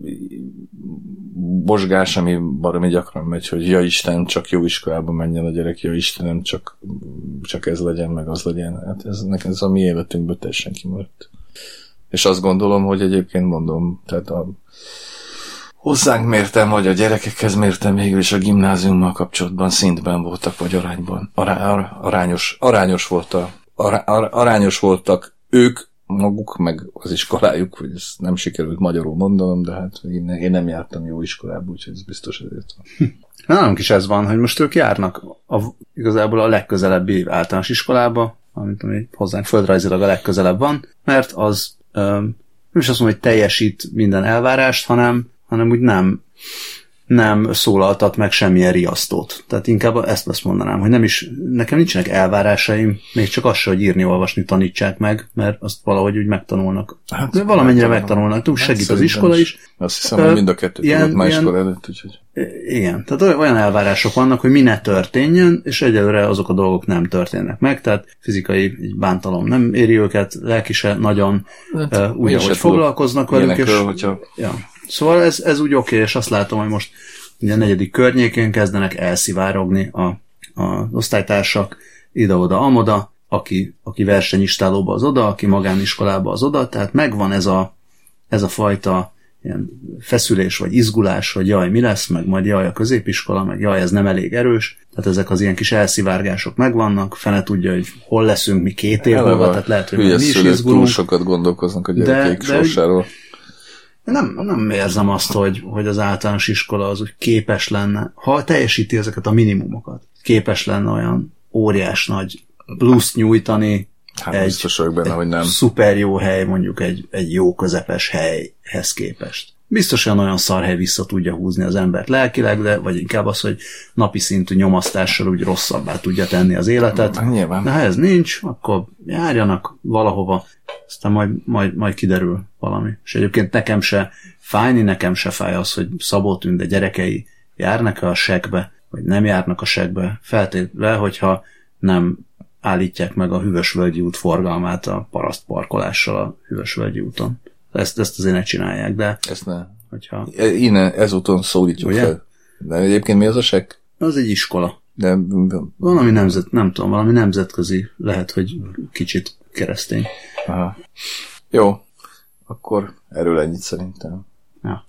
bosgás, ami baromi gyakran megy, hogy ja Isten, csak jó iskolába menjen a gyerek, ja Istenem, csak, csak ez legyen, meg az legyen. Hát ez, ez a mi életünkből teljesen kimaradt. És azt gondolom, hogy egyébként mondom, tehát a hozzánk mértem, vagy a gyerekekhez mértem, végül is a gimnáziummal kapcsolatban szintben voltak, vagy arányban. Ará, arányos, arányos, volt a, ará, arányos voltak ők, maguk, meg az iskolájuk, hogy ezt nem sikerült magyarul mondanom, de hát én, én nem jártam jó iskolába, úgyhogy ez biztos ezért van. Nálunk is ez van, hogy most ők járnak a, igazából a legközelebbi általános iskolába, amit ami hozzánk földrajzilag a legközelebb van, mert az öm, nem is azt mondom, hogy teljesít minden elvárást, hanem, hanem úgy nem, nem szólaltat meg semmilyen riasztót. Tehát inkább ezt azt mondanám, hogy nem is, nekem nincsenek elvárásaim, még csak az se, hogy írni, olvasni tanítsák meg, mert azt valahogy úgy megtanulnak. Hát, de valamennyire megtanulnak, túl hát segít az iskola is. Azt hiszem, hogy mind a kettő tudott már iskola előtt, úgyhogy... Igen, tehát olyan elvárások vannak, hogy mi ne történjen, és egyelőre azok a dolgok nem történnek meg, tehát fizikai bántalom nem éri őket, lelki se nagyon hát, úgy, ahogy foglalkoznak velük, és... Hogyha... Ja. Szóval ez, ez úgy oké, és azt látom, hogy most ugye a negyedik környékén kezdenek elszivárogni a, a osztálytársak ide-oda, amoda, aki, aki versenyistálóba az oda, aki magániskolába az oda, tehát megvan ez a, ez a fajta ilyen feszülés, vagy izgulás, hogy jaj, mi lesz, meg majd jaj, a középiskola, meg jaj, ez nem elég erős, tehát ezek az ilyen kis elszivárgások megvannak, fene tudja, hogy hol leszünk mi két év múlva, tehát lehet, hogy mi is izgulunk. Túl sokat gondolkoznak a gyerekeik sorsáról. Nem, nem érzem azt, hogy, hogy az általános iskola az úgy képes lenne, ha teljesíti ezeket a minimumokat, képes lenne olyan óriás nagy pluszt nyújtani, hát egy, benne, egy hogy nem. szuper jó hely, mondjuk egy, egy jó közepes helyhez képest. Biztosan olyan szarhely vissza tudja húzni az embert lelkileg, de vagy inkább az, hogy napi szintű nyomasztással úgy rosszabbá tudja tenni az életet. Nyilván. De ha ez nincs, akkor járjanak valahova, aztán majd, majd, majd kiderül valami. És egyébként nekem se fájni, nekem se fáj az, hogy Szabó Tünde gyerekei járnak-e a segbe, vagy nem járnak a segbe, feltétve, hogyha nem állítják meg a Hűvösvölgyi út forgalmát a parasztparkolással a Hűvösvölgyi úton. Ezt, ezt azért ne csinálják, de... Ezt ne. Hogyha... Innen ezúton szólítjuk ugye? Fel. De egyébként mi az a segg? Az egy iskola. De... Valami nemzet, nem tudom, valami nemzetközi, lehet, hogy kicsit keresztény. Aha. Jó, akkor erről ennyit szerintem. Ja.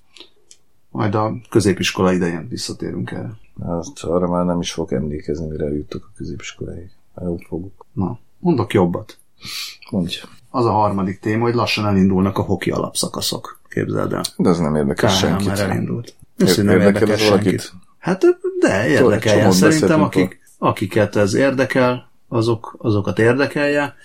Majd a középiskola idején visszatérünk erre. Hát arra már nem is fogok emlékezni, mire jutottak a középiskoláig. Ott fogok. Na, mondok jobbat. Mondj. Az a harmadik téma, hogy lassan elindulnak a hoki alapszakaszok. Képzeld el. De az nem érdekel Ká há senkit. Már elindult. Ez, hogy nem érdekel érdekel senkit. Valakit? Hát de érdekeljen. Szerintem akik, akiket ez érdekel, azok, azokat érdekelje.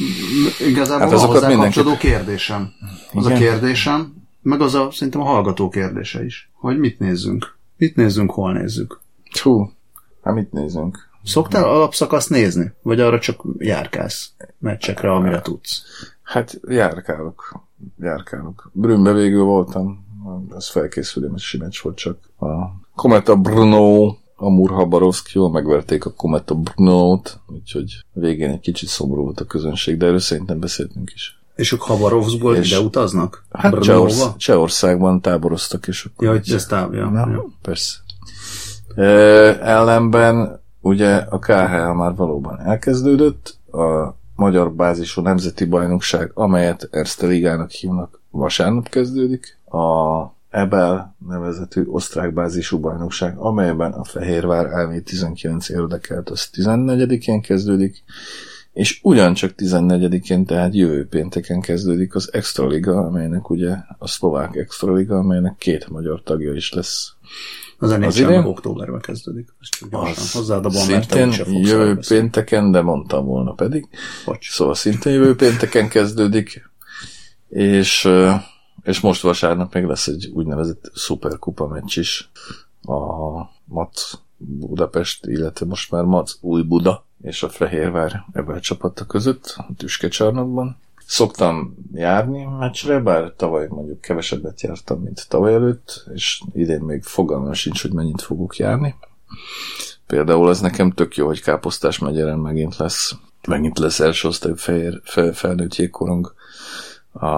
Igazából hát van hozzá kapcsolódó kérdésem. Az igen? A kérdésem, meg az a, szerintem a hallgató kérdése is. Hogy mit nézzünk? Mit nézzünk, hol nézzük? Hú, hát mit nézzünk? Szoktál alapszakaszt nézni? Vagy arra csak járkálsz meccsekre, amire tudsz? Hát járkálok. Járkálok. Brünnbe végül voltam. Az felkészülési meccs volt csak. A Kometa Brno, Amur Habarovszki, jól megverték a Kometa Brnót, úgyhogy végén egy kicsit szomorú volt a közönség, de erről szerintem beszéltünk is. És ők Habarovszkból ide utaznak? Hát Csehorsz, Csehországban táboroztak, és akkor... Ja, hogy ez táv, ja. Na, ja. Persze. E, ellenben ugye a ká há el már valóban elkezdődött, a magyar bázisú nemzeti bajnokság, amelyet Erste Ligának hívnak, vasárnap kezdődik. A é bé el nevezetű osztrák bázisú bajnokság, amelyben a Fehérvár á vé tizenkilenc érdekelt, az tizennegyedikén kezdődik, és ugyancsak tizennegyedikén, tehát jövő pénteken kezdődik az Extraliga, amelynek ugye a szlovák Extraliga, amelynek két magyar tagja is lesz. Az en há el meg októberben kezdődik. Hozzáadom, szintén jövő beszélni. Pénteken, de mondtam volna pedig. Bocs. Szóval szintén jövő pénteken kezdődik, és, és most vasárnap még lesz egy úgynevezett szuperkupa meccs is. A Mac Budapest, illetve most már Mac Új Buda és a Fehérvár ebben csapata között, a Tüskecsarnokban. Szoktam járni meccsre, bár tavaly mondjuk kevesebbet jártam, mint tavaly előtt, és idén még fogalmam sincs, hogy mennyit fogok járni. Például az nekem tök jó, hogy Káposztás megyeren megint lesz. Megint lesz első osztályú fehér, fel, felnőtt jégkorong a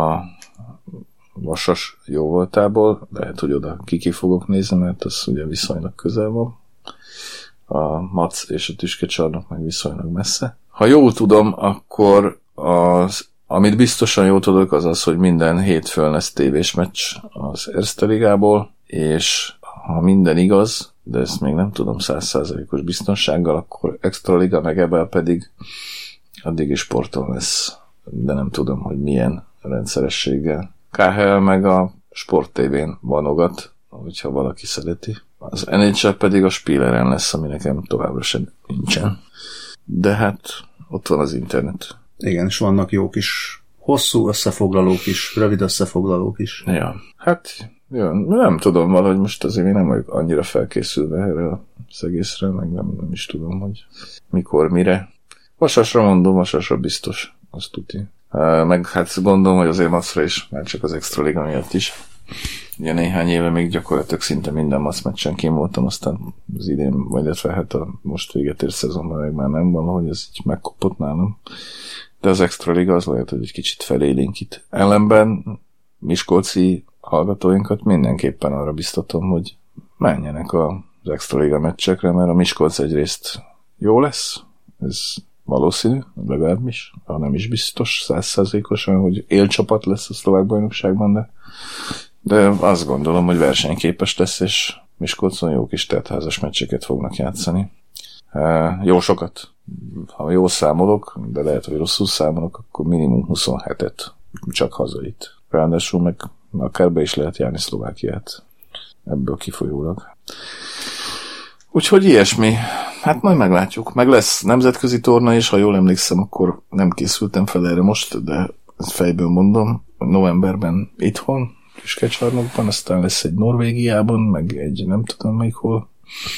Vasas jó voltából. Lehet, hogy oda kiki fogok nézni, mert az ugye viszonylag közel van. A Mac és a Tüskecsarnok meg viszonylag messze. Ha jól tudom, akkor az Amit biztosan jól tudok, az az, hogy minden hétfőn lesz tévés meccs az Erste Ligából, és ha minden igaz, de ezt még nem tudom száz százalékos biztonsággal, akkor Extra Liga meg ebben pedig addig is sporton lesz, de nem tudom, hogy milyen rendszerességgel. ká há el meg a Sport té vén vanogat, hogyha valaki szereti. Az en há el pedig a Spieleren lesz, ami nekem továbbra sem nincsen. De hát ott van az internet. Igen, és vannak jó kis hosszú összefoglalók is, rövid összefoglalók is. Ja, hát jó, nem tudom, valahogy most azért én nem vagyok annyira felkészülve erre az egészre, meg nem, nem is tudom, hogy mikor, mire. Vasasra mondom, vasasra biztos, azt tudja. Meg hát gondolom, hogy azért macra is, már csak az Extra Liga miatt is. Ugye néhány éve még gyakorlatilag szinte minden mac meccsen kim voltam, aztán az idén, vagy illetve hát a most véget ér szezonban meg már nem, valahogy ez így megkopott nálam. De az Extra Liga az lehet, hogy egy kicsit felélénkít. Ellenben miskolci hallgatóinkat mindenképpen arra biztatom, hogy menjenek az Extra Liga meccsekre, mert a Miskolc egyrészt jó lesz, ez valószínű, legalábbis, ha nem is biztos száz százalékosan, hogy élcsapat lesz a szlovák bajnokságban, de, de azt gondolom, hogy versenyképes lesz, és Miskolcon jó kis teltházas meccseket fognak játszani. E, jó sokat. Ha jól számolok, de lehet, hogy rosszul számolok, akkor minimum huszonhetet csak hazait. Ráadásul meg akár be is lehet járni Szlovákiát. Ebből kifolyólag. Úgyhogy ilyesmi. Hát majd meglátjuk. Meg lesz nemzetközi torna is, ha jól emlékszem, akkor nem készültem fel erre most, de ezt fejből mondom. Novemberben itthon, Kiskecsarnokban, aztán lesz egy Norvégiában, meg egy nem tudom még hol.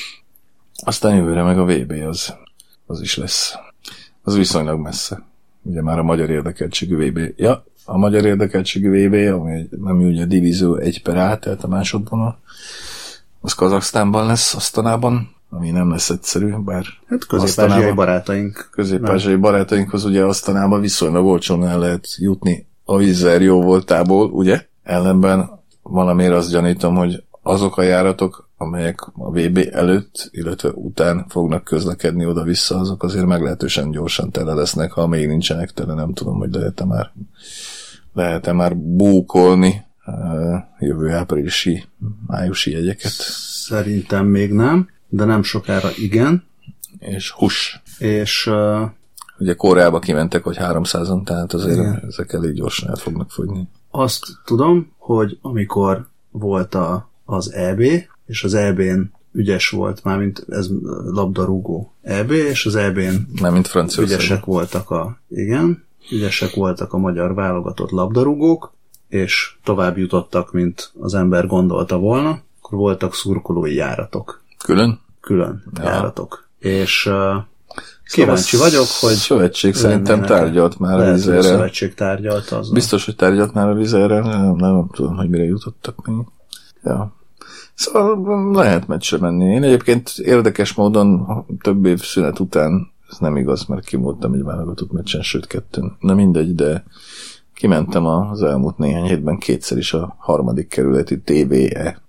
Aztán jövőre meg a vé bé az, az is lesz. Az viszonylag messze. Ugye már a magyar érdekeltségű vé bé. Ja, a magyar érdekeltségű vé bé, ami nem ugye a divízió egy per á, tehát a másodvonal, az Kazaksztánban lesz, Asztanában, ami nem lesz egyszerű, bár hát közép-ázsiai barátaink. Közép-ázsiai barátainkhoz ugye Asztanában viszonylag olcsón el lehet jutni a vízzel jó voltából, ugye? Ellenben valamiért azt gyanítom, hogy azok a járatok, amelyek a vé bé előtt, illetve után fognak közlekedni oda-vissza, azok azért meglehetősen gyorsan tele lesznek, ha még nincsenek tele, nem tudom, hogy lehet-e már lehet-e már búkolni jövő áprilisi, májusi jegyeket. Szerintem még nem, de nem sokára igen. És hús. És uh, ugye Koreába kimentek, hogy háromszázan, tehát azért igen. Ezek elég gyorsan el fognak fogyni. Azt tudom, hogy amikor volt a, az é bé, és az é bén ügyes volt, mármint ez labdarúgó é bé, és az é bén mármint Franciaország. Ügyesek voltak a, igen, ügyesek voltak a magyar válogatott labdarúgók, és tovább jutottak, mint az ember gondolta volna, akkor voltak szurkolói járatok. Külön? Külön ja. járatok. És uh, kíváncsi szóval vagyok, hogy... Szövetség szerintem tárgyalt már a Vizerrel. Szövetség tárgyalt azzal. Biztos, hogy tárgyalt már a Vizerrel, nem, nem tudom, hogy mire jutottak még. Ja. Szóval lehet meccsre menni. Én egyébként érdekes módon több év szünet után, ez nem igaz, mert kimúltam egy válogatott meccsen, sőt kettőn, na mindegy, de kimentem az elmúlt néhány hétben kétszer is a harmadik kerületi té vé é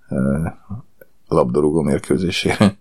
labdarúgó mérkőzésére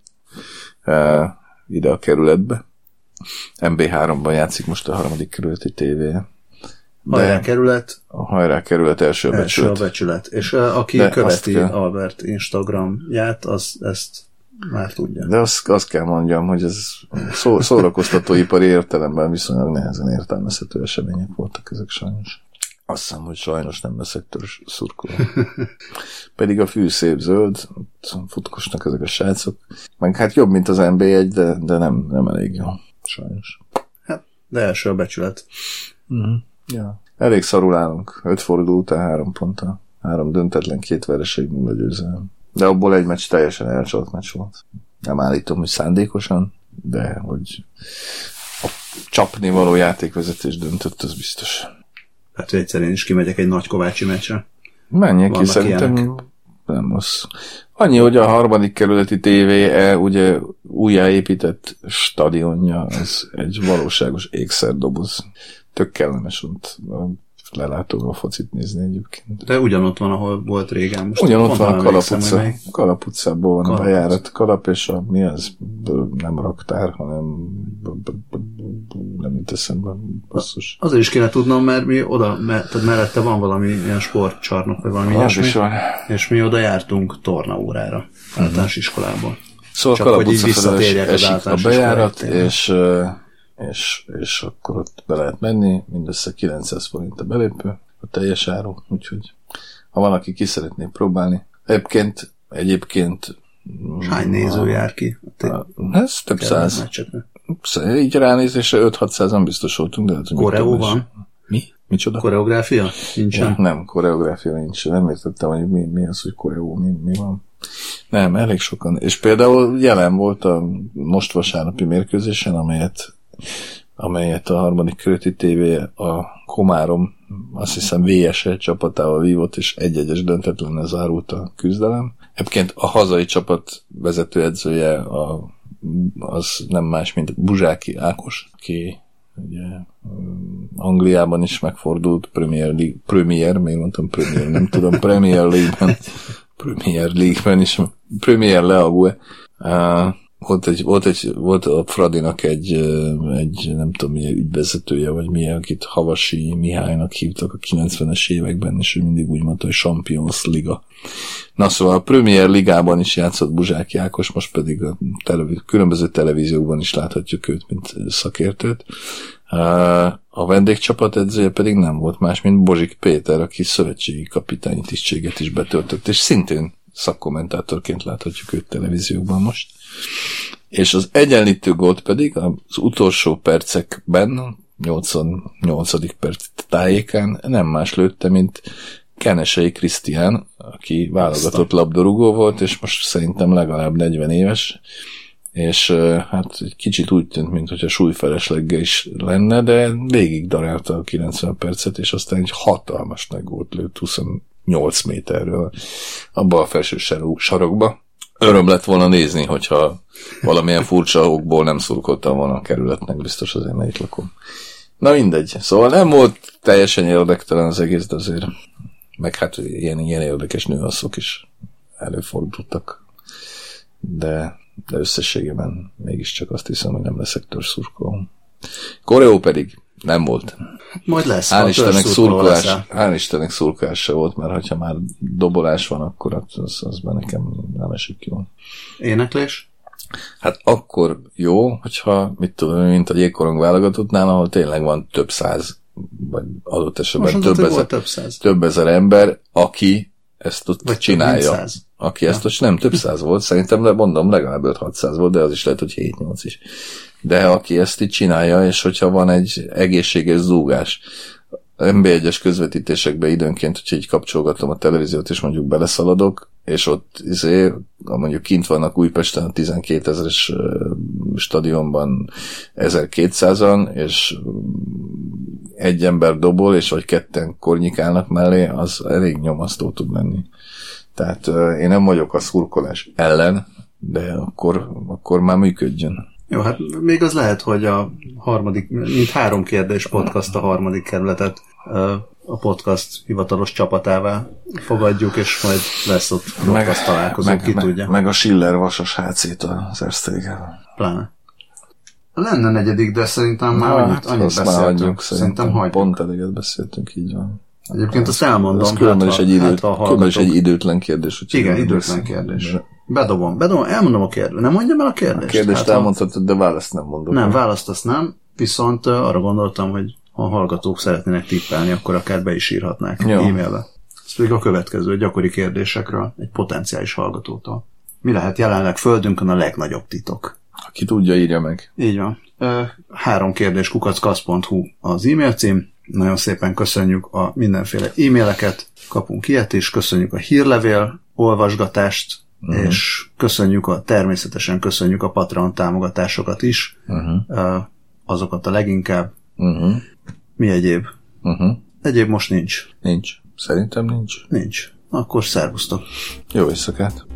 ide a kerületbe. em bé háromban játszik most a harmadik kerületi té vé. Hajrá kerület. A hajrá kerület első a becsület. Első a becsület. És uh, aki de követi kell... Albert Instagramját, az ezt már tudja. De azt, azt kell mondjam, hogy ez szó, szórakoztatóipari értelemben viszonylag nehezen értelmezhető események voltak ezek sajnos. Azt hiszem, hogy sajnos nem leszek törzs szurkoló. Pedig a fű szép zöld, futkosnak ezek a srácok. Meg hát jobb, mint az en bé egy, de, de nem, nem elég jó. Sajnos. Hát, de első a becsület. Uh-huh. Ja. Elég szarul állunk. Öt forduló után három ponttal. Három döntetlen, két vereség, nulla győzelem. De abból egy meccs teljesen elcsalt meccs volt. Nem állítom, hogy szándékosan, de hogy a csapni való játékvezetés döntött, az biztos. Hát, hogy egyszer én is kimegyek egy Nagykovácsi meccsre. Menjek ki, szerintem ilyenek. Nem rossz. Annyi, hogy a harmadik kerületi té vé é ugye újjáépített stadionja, az egy valóságos ékszerdoboz. Tök kellemes ott lelátóval focit nézni egyébként. De ugyanott van, ahol volt régen. Most ugyanott van a Kalap utca. Kalap utcából van Kalap. A bejárat. Kalap és a mi az? Nem raktár, hanem nem jut eszembe, basszus. Azért is kéne tudnom, mert mi oda, mert, tehát mellette van valami ilyen sportcsarnok, vagy valami ilyesmi, és mi oda jártunk tornaórára általános iskolából. Szóval csak hogy így visszatérjek az esik általános a bejárat, iskoláig, és, és, és akkor ott be lehet menni, mindössze kilencszáz forint a belépő, a teljes áru, úgyhogy ha valaki ki szeretné próbálni. Egyébként, egyébként hány néző jár ki? A, ez több száz. Így ránézésre öt-hatszázan biztos voltunk, de hát, Koreó van? Mi? Micsoda? Koreográfia? Nincsen? Ja, nem, koreográfia nincs. Nem értettem, hogy mi, mi az, hogy koreó, mi, mi van. Nem, elég sokan. És például jelen volt a most vasárnapi mérkőzésen, amelyet, amelyet a harmadik Köröti té vé a Komárom, azt hiszem vé es e csapatával vívott, és egy-egyes döntetlennel zárult a küzdelem. Egyébként a hazai csapat vezetőedzője a, az nem más, mint Buzsáki Ákos, aki ugye Angliában is megfordult Premier League, Premier, miért mondtam Premier, nem tudom, Premier League-ben, Premier League-ben is, Premier League. Uh, volt, egy, volt, egy, volt a Fradinak egy, egy nem tudom milyen ügyvezetője, vagy milyen, akit Havasi Mihálynak hívtak a kilencvenes években, és ő mindig úgy mondta, hogy Champions Liga. Na szóval a Premier Ligában is játszott Buzsáki Ákos, most pedig a televíz- különböző televíziókban is láthatjuk őt, mint szakértőt. A vendégcsapat edzője pedig nem volt más, mint Bozsik Péter, aki szövetségi kapitányi tisztséget is betöltött, és szintén szakkommentátorként láthatjuk őt televíziókban most. És az egyenlítő gólt pedig az utolsó percekben, nyolcvannyolcadik perc tájékán nem más lőtte, mint Kenesei Krisztián, aki válogatott labdarúgó volt, és most szerintem legalább negyven éves, és hát egy kicsit úgy tűnt, mintha súlyfelesleggel is lenne, de végig darálta a kilencven percet, és aztán egy hatalmas nagy gólt lőtt huszonnyolc méterről abba a felső sarokba. Öröm lett volna nézni, hogyha valamilyen furcsa okból nem szurkoltam volna a kerületnek, biztos azért ne itt lakom. Na mindegy, szóval nem volt teljesen érdektelen az egész, de azért meg hát ilyen, ilyen érdekes nőasszok is előfordultak, de, de összességében mégiscsak azt hiszem, hogy nem leszek törzszurkoló. Koreó pedig nem volt. Majd lesz. Hál' Istennek szurkolás, hál' Istennek szurkolás se volt, mert ha már dobolás van, akkor az, az már nekem nem esik jól. Éneklés? Hát akkor jó, hogyha, mit tudom, mint a jégkorong válogatottnál, ahol tényleg van több száz, vagy adott esetben több ezer, több, több ezer ember, aki ezt ott vagy csinálja. Aki ja. ezt ott nem több száz volt, szerintem mondom legalább öt-hatszáz volt, de az is lehet, hogy hét-nyolc is. De aki ezt így csinálja, és hogyha van egy egészséges zúgás, em bé egyes közvetítésekben időnként, hogyha így kapcsolgatom a televíziót, és mondjuk beleszaladok, és ott izé, mondjuk kint vannak Újpesten a tizenkétezres stadionban ezerkétszázan, és egy ember dobol, és vagy ketten kornyikálnak mellé, az elég nyomasztó tud lenni. Tehát én nem vagyok a szurkolás ellen, de akkor, akkor már működjön. Jó, hát még az lehet, hogy a harmadik, mint három kérdés podcast a harmadik kerületet a podcast hivatalos csapatává fogadjuk, és majd lesz ott podcast találkozó, meg, ki meg, tudja. Meg a Schiller vasas há cét az Erztégel. Pláne. Lenne negyedik, de szerintem már Na, annyit, hát annyit beszéltünk. Már hagyjuk, szerintem, szerintem hagyjuk. Pont eléget beszéltünk, így van. Egyébként azt elmondom. Ez különben is egy, időt, különben is egy időtlen kérdés. Igen, időtlen kérdés. Bedobom, bedobom, elmondom a kérdést. Nem mondjam el a kérdést? A kérdést hát, elmondhatod, de választ nem mondom. Nem, választ azt nem, viszont uh, arra gondoltam, hogy ha a hallgatók szeretnének tippelni, akkor akár be is írhatnák Jó. e-mailbe. Ez pedig a következő gyakori kérdésekről egy potenciális hallgatótól. Mi lehet jelenleg földünkön a legnagyobb titok? Aki tudja, írja meg. Így van. Uh, három kérdés kukackasz pont hu az e-mail cím. Nagyon szépen köszönjük a mindenféle e-maileket, kapunk ilyet is, köszönjük a hírlevél olvasgatást, uh-huh. és köszönjük a, természetesen köszönjük a Patreon támogatásokat is, uh-huh. azokat a leginkább. Uh-huh. Mi egyéb? Uh-huh. Egyéb most nincs. Nincs. Szerintem nincs. Nincs. Akkor szervusztok. Jó éjszakát.